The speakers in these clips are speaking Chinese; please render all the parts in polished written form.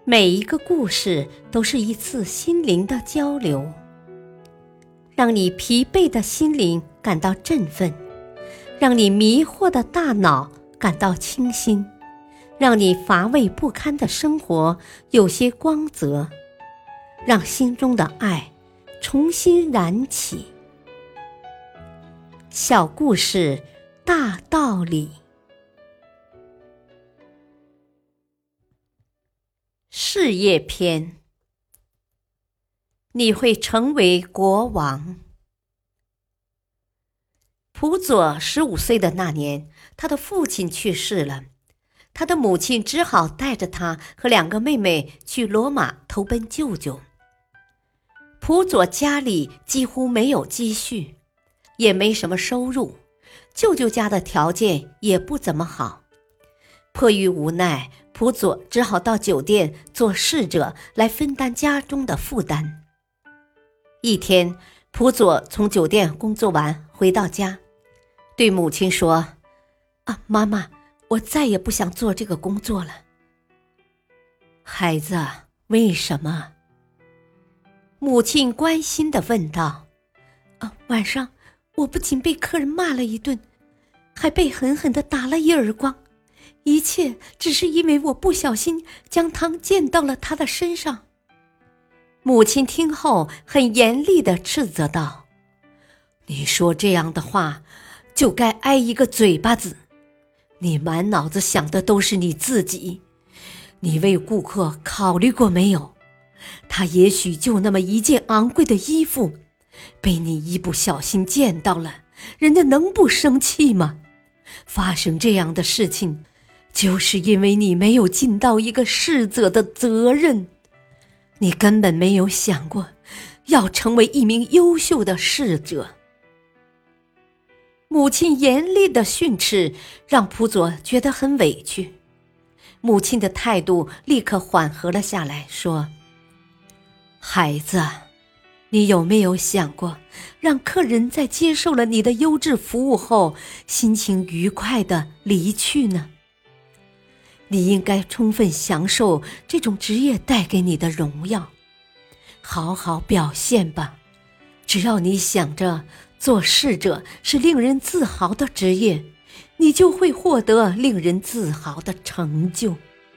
每一个故事都是一次心灵的交流，让你疲惫的心灵感到振奋，让你迷惑的大脑感到清新，让你乏味不堪的生活有些光泽，让心中的爱重新燃起。小故事，大道理。事业篇，你会成为国王。辅佐15岁的那年，他的父亲去世了，他的母亲只好带着他和2个妹妹去罗马投奔舅舅。辅佐家里几乎没有积蓄，也没什么收入，舅舅家的条件也不怎么好。迫于无奈，辅佐只好到酒店做侍者来分担家中的负担。一天，辅佐从酒店工作完回到家，对母亲说：妈妈，我再也不想做这个工作了。孩子，为什么？母亲关心地问道。晚上我不仅被客人骂了一顿，还被狠狠地打了一耳光，一切只是因为我不小心将汤溅到了他的身上。母亲听后很严厉地斥责道：你说这样的话，就该挨一个嘴巴子。你满脑子想的都是你自己，你为顾客考虑过没有？他也许就那么一件昂贵的衣服，被你一不小心溅到了，人家能不生气吗？发生这样的事情，就是因为你没有尽到一个侍者的责任。你根本没有想过要成为一名优秀的侍者。母亲严厉的训斥让辅佐觉得很委屈，母亲的态度立刻缓和了下来，说：孩子，你有没有想过让客人在接受了你的优质服务后心情愉快地离去呢？你应该充分享受这种职业带给你的荣耀，好好表现吧。只要你想着做侍者是令人自豪的职业，你就会获得令人自豪的成就。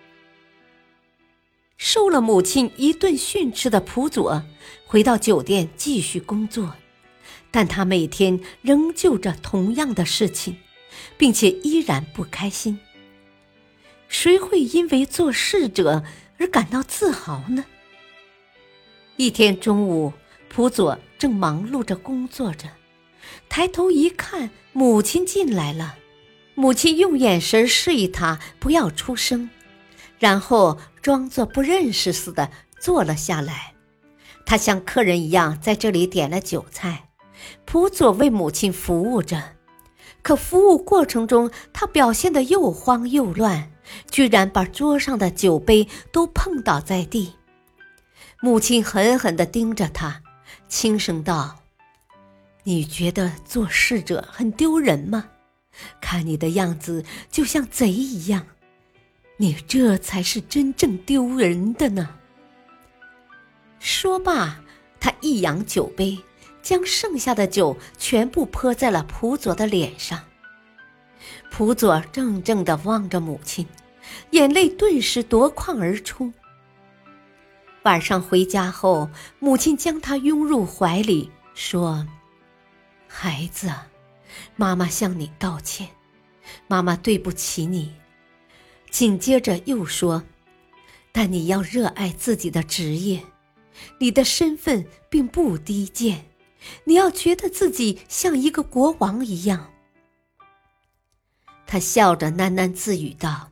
受了母亲一顿训斥的辅佐回到酒店继续工作，但他每天仍旧着同样的事情，并且依然不开心。谁会因为做侍者而感到自豪呢？一天中午，辅佐正忙碌着工作着，抬头一看，母亲进来了。母亲用眼神示意他不要出声，然后装作不认识似的坐了下来。他像客人一样在这里点了酒菜，辅佐为母亲服务着。可服务过程中，他表现得又慌又乱，居然把桌上的酒杯都碰倒在地。母亲狠狠地盯着他，轻声道：你觉得做侍者很丢人吗？看你的样子就像贼一样，你这才是真正丢人的呢。说罢，他一扬酒杯，将剩下的酒全部泼在了辅佐的脸上。辅佐怔怔地望着母亲，眼泪顿时夺眶而出。晚上回家后，母亲将他拥入怀里，说：孩子，妈妈向你道歉，妈妈对不起你。紧接着又说：但你要热爱自己的职业，你的身份并不低贱，你要觉得自己像一个国王一样。他笑着喃喃自语道：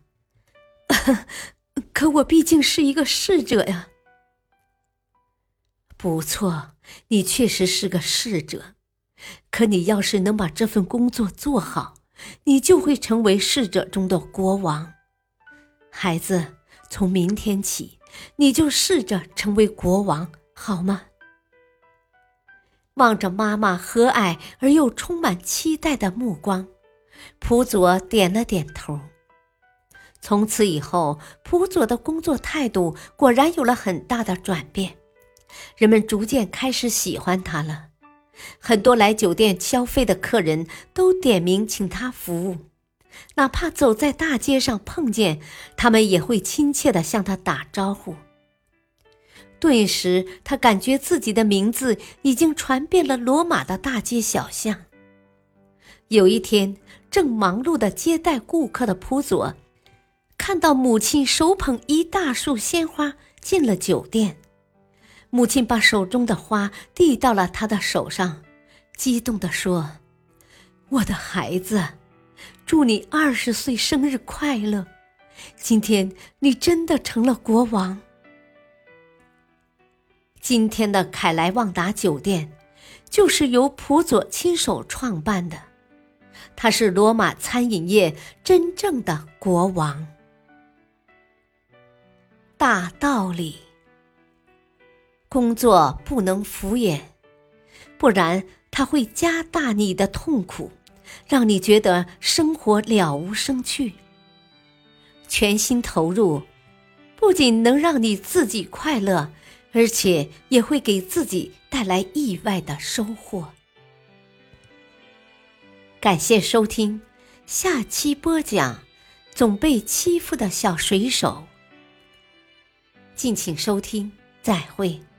可我毕竟是一个侍者呀。不错，你确实是个侍者，可你要是能把这份工作做好，你就会成为侍者中的国王。孩子，从明天起，你就试着成为国王，好吗？望着妈妈和蔼而又充满期待的目光，辅佐点了点头。 从此以后，朴佐的工作态度果然有了很大的转变，人们逐渐开始喜欢他了。很多来酒店消费的客人都点名请他服务，哪怕走在大街上碰见，他们也会亲切地向他打招呼。顿时，他感觉自己的名字已经传遍了罗马的大街小巷。有一天，正忙碌地接待顾客的朴佐，看到母亲手捧一大束鲜花进了酒店。母亲把手中的花递到了他的手上，激动地说：“我的孩子，祝你20岁生日快乐！今天你真的成了国王。”今天的凯莱旺达酒店就是由朴佐亲手创办的，他是罗马餐饮业真正的国王。大道理：工作不能敷衍，不然它会加大你的痛苦，让你觉得生活了无生趣。全心投入，不仅能让你自己快乐，而且也会给自己带来意外的收获。感谢收听，下期播讲总被欺负的小水手。敬请收听，再会。